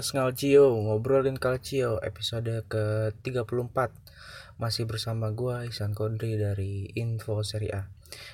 podcast Ngalcio, ngobrolin Calcio episode ke-34. Masih bersama gua Ihsan Kodri dari Info Serie A.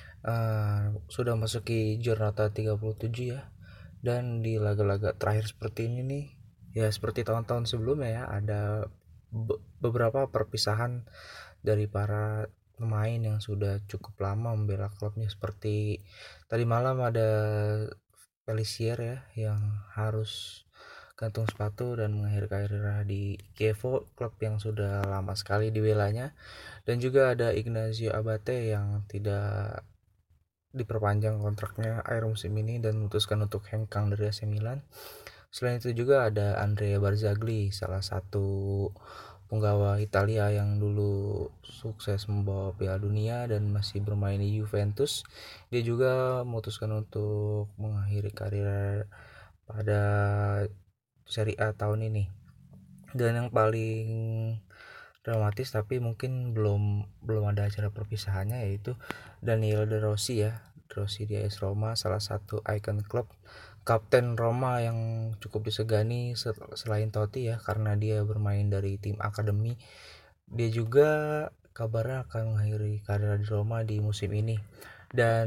Sudah masuki Giornata 37 ya. Dan di laga-laga terakhir seperti ini nih, ya seperti tahun-tahun sebelumnya ya, ada beberapa perpisahan dari para pemain yang sudah cukup lama membela klubnya. Seperti tadi malam ada Pelisier ya yang harus gantung sepatu dan mengakhiri karirnya di Chievo, klub yang sudah lama sekali dibelanya. Dan juga ada Ignacio Abate yang tidak diperpanjang kontraknya akhir musim ini dan memutuskan untuk hengkang dari AC Milan. Selain itu juga ada Andrea Barzagli, salah satu penggawa Italia yang dulu sukses membawa Piala Dunia dan masih bermain di Juventus. Dia juga memutuskan untuk mengakhiri karir pada Serie A tahun ini. Dan yang paling dramatis tapi mungkin belum ada acara perpisahannya, yaitu Daniel De Rossi ya. De Rossi di AS Roma, salah satu ikon klub, kapten Roma yang cukup disegani selain Totti ya, karena dia bermain dari tim akademi. Dia juga kabarnya akan mengakhiri karir di Roma di musim ini. Dan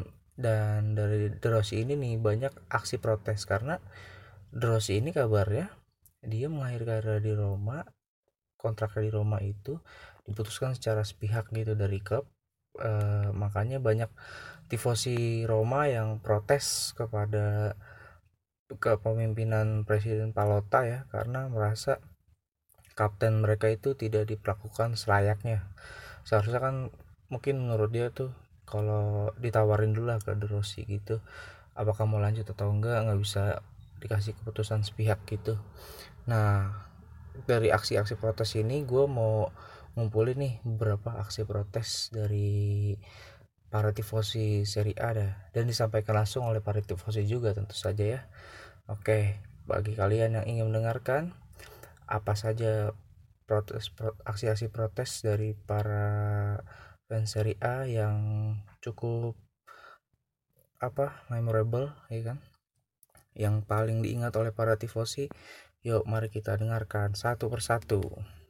dari De Rossi ini nih banyak aksi protes karena De Rossi ini kabarnya dia mengakhiri karir di Roma, kontraknya di Roma itu diputuskan secara sepihak gitu dari klub. Makanya banyak tifosi Roma yang protes kepada kepemimpinan Presiden Palota ya, karena merasa kapten mereka itu tidak diperlakukan selayaknya. Seharusnya kan mungkin menurut dia tuh kalau ditawarin dulu lah ke De Rossi gitu, apakah mau lanjut atau nggak bisa dikasih keputusan sepihak gitu. Nah, dari aksi-aksi protes ini gue mau ngumpulin nih beberapa aksi protes dari para tifosi Serie A dan disampaikan langsung oleh para tifosi juga tentu saja ya. Oke, bagi kalian yang ingin mendengarkan apa saja aksi-aksi protes dari para fans Serie A yang cukup memorable ya kan, yang paling diingat oleh para tifosi. Yuk mari kita dengarkan satu persatu.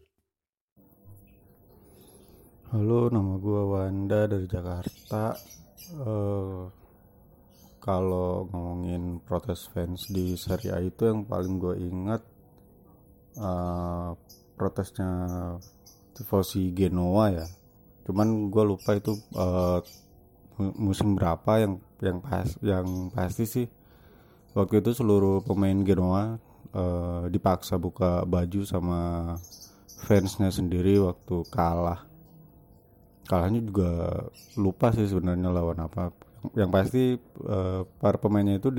Halo, nama gue Wanda dari Jakarta. Eh, Kalau ngomongin protes fans di Serie A itu yang paling gue ingat eh, protesnya tifosi Genoa ya. Cuman gue lupa itu musim berapa yang pasti sih. Waktu itu seluruh pemain Genoa dipaksa buka baju sama fansnya sendiri waktu kalahnya juga lupa sih sebenarnya lawan apa. Yang pasti para pemainnya itu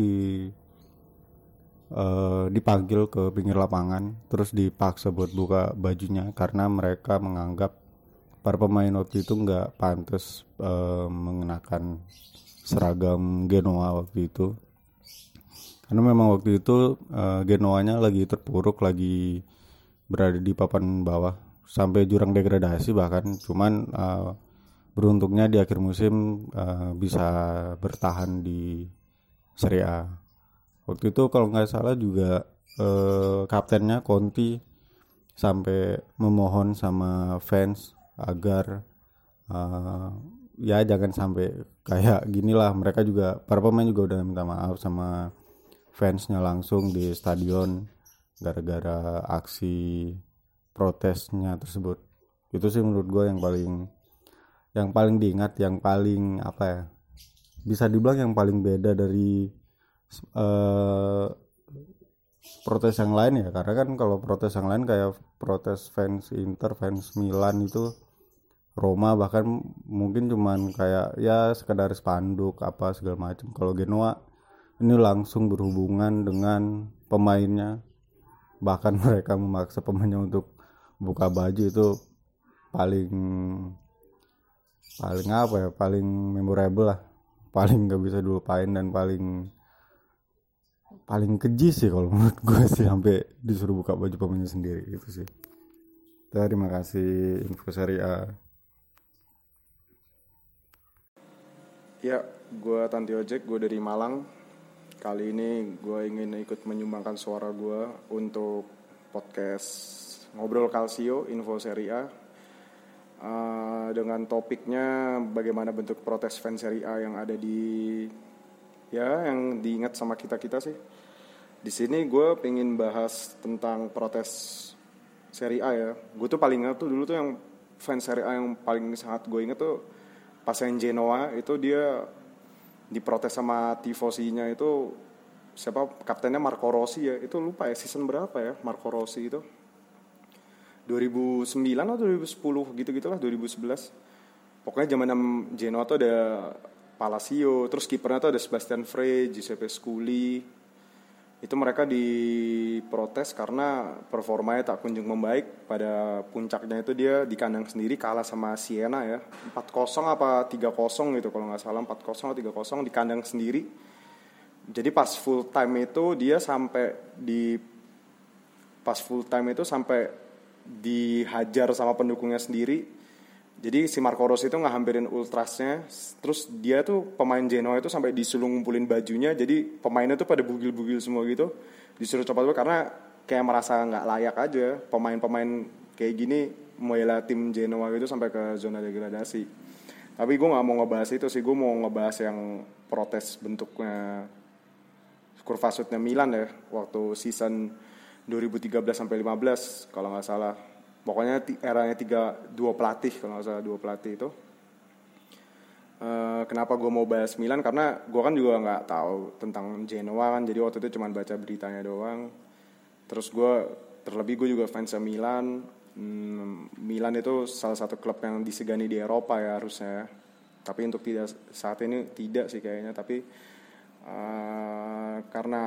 dipanggil ke pinggir lapangan terus dipaksa buat buka bajunya karena mereka menganggap para pemain waktu itu nggak pantas mengenakan seragam Genoa waktu itu, karena memang waktu itu Genoanya lagi terpuruk, lagi berada di papan bawah sampai jurang degradasi bahkan. Cuman beruntungnya di akhir musim bisa bertahan di Serie A. Waktu itu kalau nggak salah juga kaptennya Conti sampai memohon sama fans agar uh, ya jangan sampai kayak gini lah. Mereka juga, para pemain juga udah minta maaf sama fansnya langsung di stadion gara-gara aksi protesnya tersebut. Itu sih menurut gue yang paling diingat, yang paling apa ya, bisa dibilang yang paling beda dari eh, protes yang lain ya. Karena kan kalau protes yang lain kayak protes fans Inter, fans Milan itu, Roma bahkan mungkin cuman kayak ya sekedar spanduk apa segala macam. Kalau Genoa ini langsung berhubungan dengan pemainnya, bahkan mereka memaksa pemainnya untuk buka baju. Itu paling paling apa ya, paling memorable lah, paling nggak bisa dilupain dan paling paling keji sih kalau menurut gue sih, sampai disuruh buka baju pemainnya sendiri. Itu sih. Terima kasih info Serie A. Ya, gue Tanti Ojek, gue dari Malang. Kali ini gue ingin ikut menyumbangkan suara gue untuk podcast Ngobrol Calcio Info Serie A, dengan topiknya bagaimana bentuk protes fans Serie A yang ada yang diingat sama kita sih. Di sini gue pengen bahas tentang protes Serie A ya. Gue tuh paling ingat tuh dulu tuh yang fans Serie A yang paling sangat gue ingat tuh pas yang Genoa itu dia diprotes sama tifosinya itu, siapa kaptennya, Marco Rossi ya. Itu lupa ya season berapa ya Marco Rossi itu, 2009 atau 2010 gitu-gitulah, 2011. Pokoknya zaman Genoa tuh ada Palacio, terus kipernya tuh ada Sebastian Frey, Giuseppe Scully. Itu mereka diprotes karena performanya tak kunjung membaik. Pada puncaknya itu dia di kandang sendiri kalah sama Siena ya, 4-0 apa 3-0 gitu kalau nggak salah, 4-0 atau 3-0 di kandang sendiri. Jadi pas full time itu sampai dihajar sama pendukungnya sendiri. Jadi si Marco Rossi itu ngehampirin ultrasnya. Terus dia tuh pemain Genoa itu sampai disuruh ngumpulin bajunya. Jadi pemainnya tuh pada bugil-bugil semua gitu, disuruh copot karena kayak merasa nggak layak aja pemain-pemain kayak gini membela tim Genoa gitu sampai ke zona degradasi. Tapi gue nggak mau ngebahas itu sih. Gue mau ngebahas yang protes bentuknya kurva shootnya Milan ya, waktu season 2013 sampai 15 kalau nggak salah. Pokoknya eranya 2 pelatih kalau nggak salah, 2 pelatih itu. Kenapa gue mau bahas Milan? Karena gue kan juga nggak tahu tentang Genoa kan, jadi waktu itu cuma baca beritanya doang. Terus gue juga fans Milan. Milan itu salah satu klub yang disegani di Eropa ya harusnya. Tapi untuk saat ini tidak sih kayaknya. Tapi karena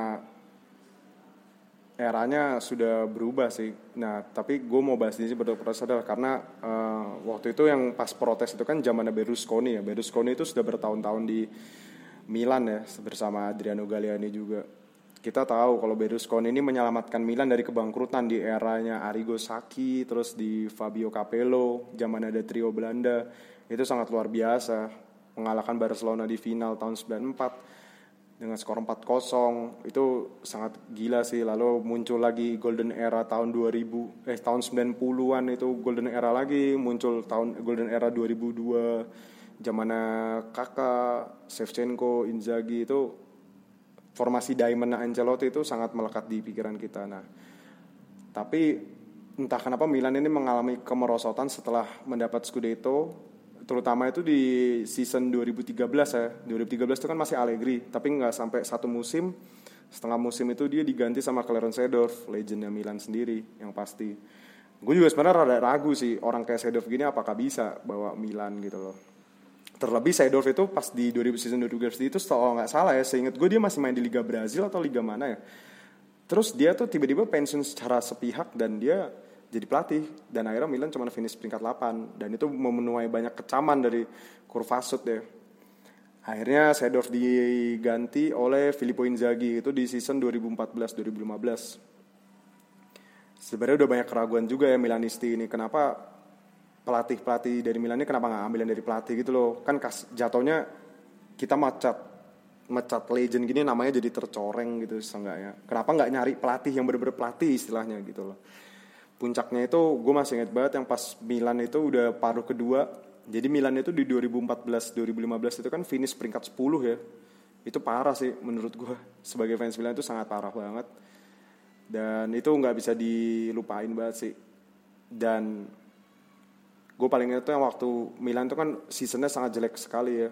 eranya sudah berubah sih. Nah, tapi gue mau bahas di sini protes adalah karena waktu itu yang pas protes itu kan zamannya Berlusconi ya. Berlusconi itu sudah bertahun-tahun di Milan ya, bersama Adriano Galliani juga. Kita tahu kalau Berlusconi ini menyelamatkan Milan dari kebangkrutan di eranya Arrigo Sacchi, terus di Fabio Capello, zaman ada trio Belanda. Itu sangat luar biasa, mengalahkan Barcelona di final tahun 94 dengan skor 4-0. Itu sangat gila sih. Lalu muncul lagi golden era tahun 90-an itu golden era lagi, muncul golden era 2002 zamannya Kakak, Shevchenko, Inzaghi. Itu formasi Diamond Ancelotti itu sangat melekat di pikiran kita. Nah, tapi entah kenapa Milan ini mengalami kemerosotan setelah mendapat Scudetto, terutama itu di season 2013 ya. 2013 itu kan masih Allegri, tapi nggak sampai satu musim. Setengah musim itu dia diganti sama Clarence Seedorf, legendnya Milan sendiri yang pasti. Gue juga sebenarnya rada ragu sih orang kayak Seedorf gini apakah bisa bawa Milan gitu loh. Terlebih Seedorf itu pas di season 2013 itu kalau nggak salah ya, seingat gue dia masih main di Liga Brazil atau Liga mana ya. Terus dia tuh tiba-tiba pensiun secara sepihak dan dia jadi pelatih, dan akhirnya Milan cuma finish peringkat 8 dan itu memenuhi banyak kecaman dari kurva shoot ya. Akhirnya Seedorf diganti oleh Filippo Inzaghi itu di season 2014-2015. Sebenarnya udah banyak keraguan juga ya Milanisti ini, kenapa pelatih dari Milan ini kenapa nggak ambilin dari pelatih gitu loh. Kan jatuhnya kita mecat legend gini namanya jadi tercoreng gitu seenggaknya. Kenapa nggak nyari pelatih yang bener-bener pelatih istilahnya gitu loh. Puncaknya itu gue masih ingat banget yang pas Milan itu udah paruh kedua. Jadi Milan itu di 2014-2015 itu kan finish peringkat 10 ya. Itu parah sih menurut gue. Sebagai fans Milan itu sangat parah banget. Dan itu gak bisa dilupain banget sih. Dan gue paling ingat tuh yang waktu Milan itu kan seasonnya sangat jelek sekali ya.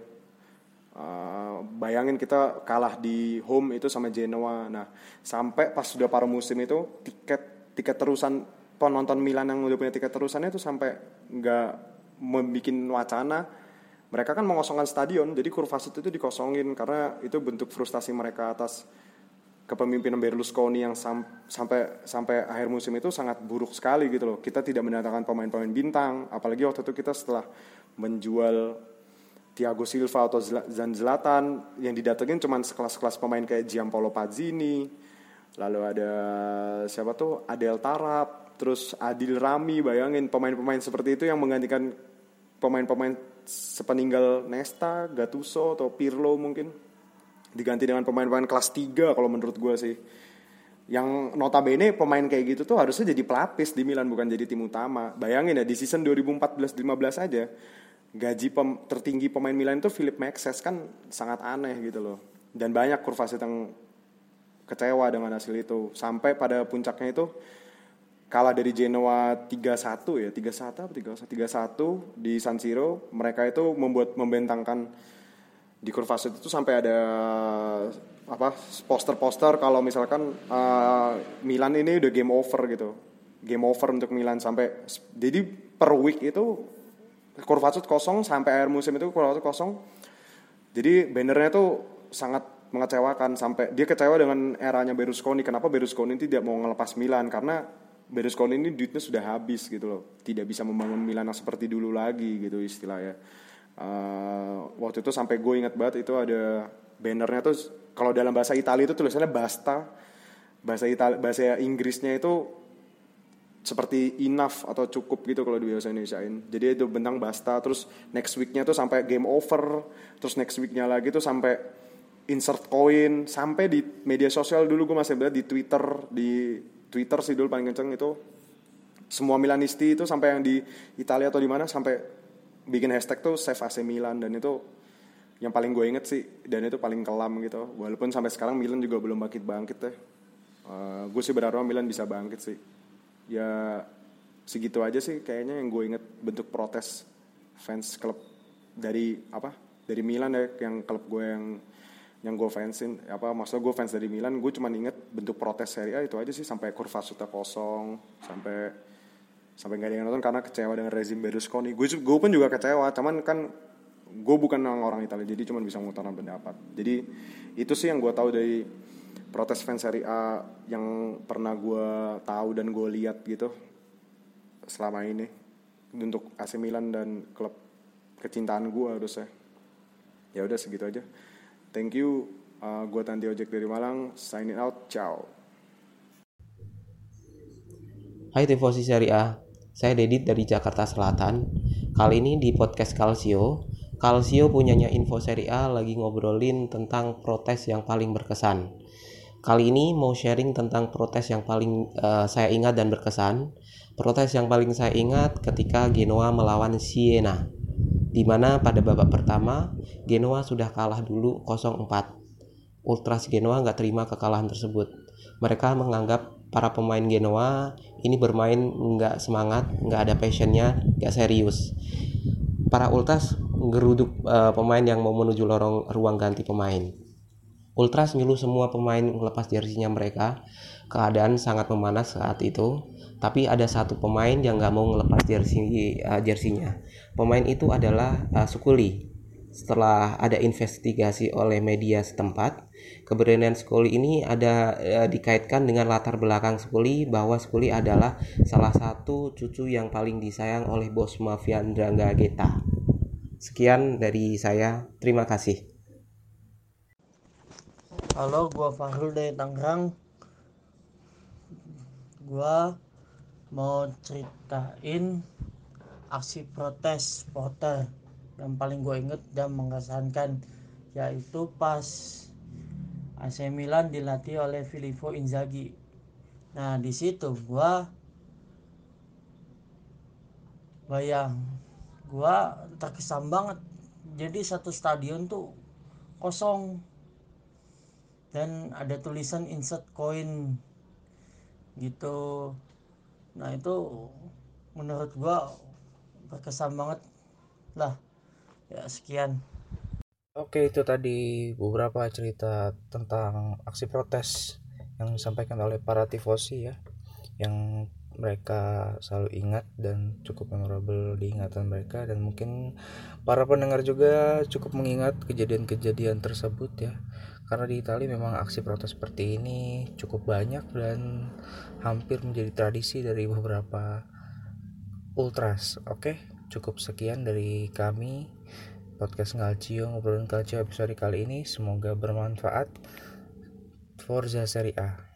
Bayangin kita kalah di home itu sama Genoa. Nah sampai pas sudah paruh musim itu tiket terusan penonton Milan yang udah punya tiket terusannya itu sampai nggak membuat wacana mereka kan mengosongkan stadion, jadi kurva shoot itu dikosongin karena itu bentuk frustasi mereka atas kepemimpinan Berlusconi yang sampai akhir musim itu sangat buruk sekali gitu loh. Kita tidak mendatangkan pemain-pemain bintang, apalagi waktu itu kita setelah menjual Thiago Silva atau Zlatan yang didatengin cuma sekelas-kelas pemain kayak Gianpaolo Pazzini, lalu ada siapa tuh Adel Tarap, terus Adil Rami. Bayangin pemain-pemain seperti itu yang menggantikan pemain-pemain sepeninggal Nesta, Gattuso atau Pirlo mungkin. diganti dengan pemain-pemain kelas 3 kalau menurut gue sih. Yang notabene pemain kayak gitu tuh harusnya jadi pelapis di Milan, bukan jadi tim utama. Bayangin ya, di season 2014-15 aja gaji tertinggi pemain Milan itu Philip Maxes, kan sangat aneh gitu loh. Dan banyak kurvasit yang kecewa dengan hasil itu. Sampai pada puncaknya itu kalah dari Genoa 3-1 ya, 3-1 apa 3-1 di San Siro. Mereka itu membentangkan di Kurvasit itu sampai ada poster-poster kalau misalkan Milan ini udah game over gitu. Game over untuk Milan. Sampai jadi per week itu Kurvasit kosong, sampai akhir musim itu Kurvasit kosong. Jadi bannernya tuh sangat mengecewakan, sampai dia kecewa dengan eranya Berlusconi. Kenapa Berlusconi tidak mau ngelepas Milan? Karena Berlusconi ini duitnya sudah habis gitu loh, tidak bisa membangun Milan yang seperti dulu lagi gitu istilahnya. Waktu itu sampai gue ingat banget itu ada bannernya tuh, kalau dalam bahasa Italia itu tulisannya basta, bahasa Inggrisnya itu seperti enough atau cukup gitu kalau di bahasa Indonesiain. Jadi itu bentang basta, terus next weeknya tuh sampai game over, terus next weeknya lagi tuh sampai insert coin, sampai di media sosial dulu gue masih lihat di Twitter sih dulu paling kenceng itu, semua Milanisti itu sampai yang di Italia atau di mana sampai bikin hashtag tuh save AC Milan, dan itu yang paling gue inget sih, dan itu paling kelam gitu. Walaupun sampai sekarang Milan juga belum bangkit ya. Gue sih berharap Milan bisa bangkit sih. Ya segitu aja sih kayaknya yang gue inget bentuk protes fans klub dari Milan ya, yang klub gue yang gue fansin, maksudnya gue fans dari Milan, gue cuma inget bentuk protes Serie A itu aja sih, sampai kurva suta kosong, sampai nggak ada yang nonton karena kecewa dengan rezim Berlusconi. Gue pun juga kecewa, cuman kan gue bukan orang Italia, jadi cuma bisa mengutarakan pendapat. Jadi itu sih yang gue tahu dari protes fans Serie A yang pernah gue tahu dan gue lihat gitu selama ini untuk AC Milan dan klub kecintaan gue harusnya. Ya udah segitu aja. Thank you, gue Tanti Ojek dari Malang, signing out, ciao. Hai Tifosi Serie A, saya Dedit dari Jakarta Selatan. Kali ini di podcast Calcio punyanya Info Serie A lagi ngobrolin tentang protes yang paling berkesan. Kali ini mau sharing tentang protes yang paling saya ingat dan berkesan. Protes yang paling saya ingat ketika Genoa melawan Siena, di mana pada babak pertama Genoa sudah kalah dulu 0-4. Ultras Genoa nggak terima kekalahan tersebut. Mereka menganggap para pemain Genoa ini bermain nggak semangat, nggak ada passionnya, nggak serius. Para Ultras ngeruduk pemain yang mau menuju ruang ganti pemain. Ultras nyuruh semua pemain melepas jersinya mereka. Keadaan sangat memanas saat itu, tapi ada satu pemain yang nggak mau ngelepas jersinya. Pemain itu adalah Scully. Setelah ada investigasi oleh media setempat, keberanian Scully ini ada dikaitkan dengan latar belakang Scully, bahwa Scully adalah salah satu cucu yang paling disayang oleh bos mafia Ndrangheta. Sekian dari saya, terima kasih. Halo, gue Fahrul dari Tangerang. Gue mau ceritain aksi protes supporter yang paling gue inget dan mengesankan, yaitu pas AC Milan dilatih oleh Filippo Inzaghi. Nah, di situ gue terkesan banget. Jadi satu stadion tuh kosong dan ada tulisan insert coin gitu. Nah, itu menurut gua berkesan banget lah. Ya, sekian. Oke, itu tadi beberapa cerita tentang aksi protes yang disampaikan oleh para tifosi ya, yang mereka selalu ingat dan cukup memorable di ingatan mereka, dan mungkin para pendengar juga cukup mengingat kejadian-kejadian tersebut ya, karena di Italia memang aksi protes seperti ini cukup banyak dan hampir menjadi tradisi dari beberapa ultras. Oke, cukup sekian dari kami podcast Calcio, ngobrolin Calcio episode kali ini. Semoga bermanfaat. Forza Serie A.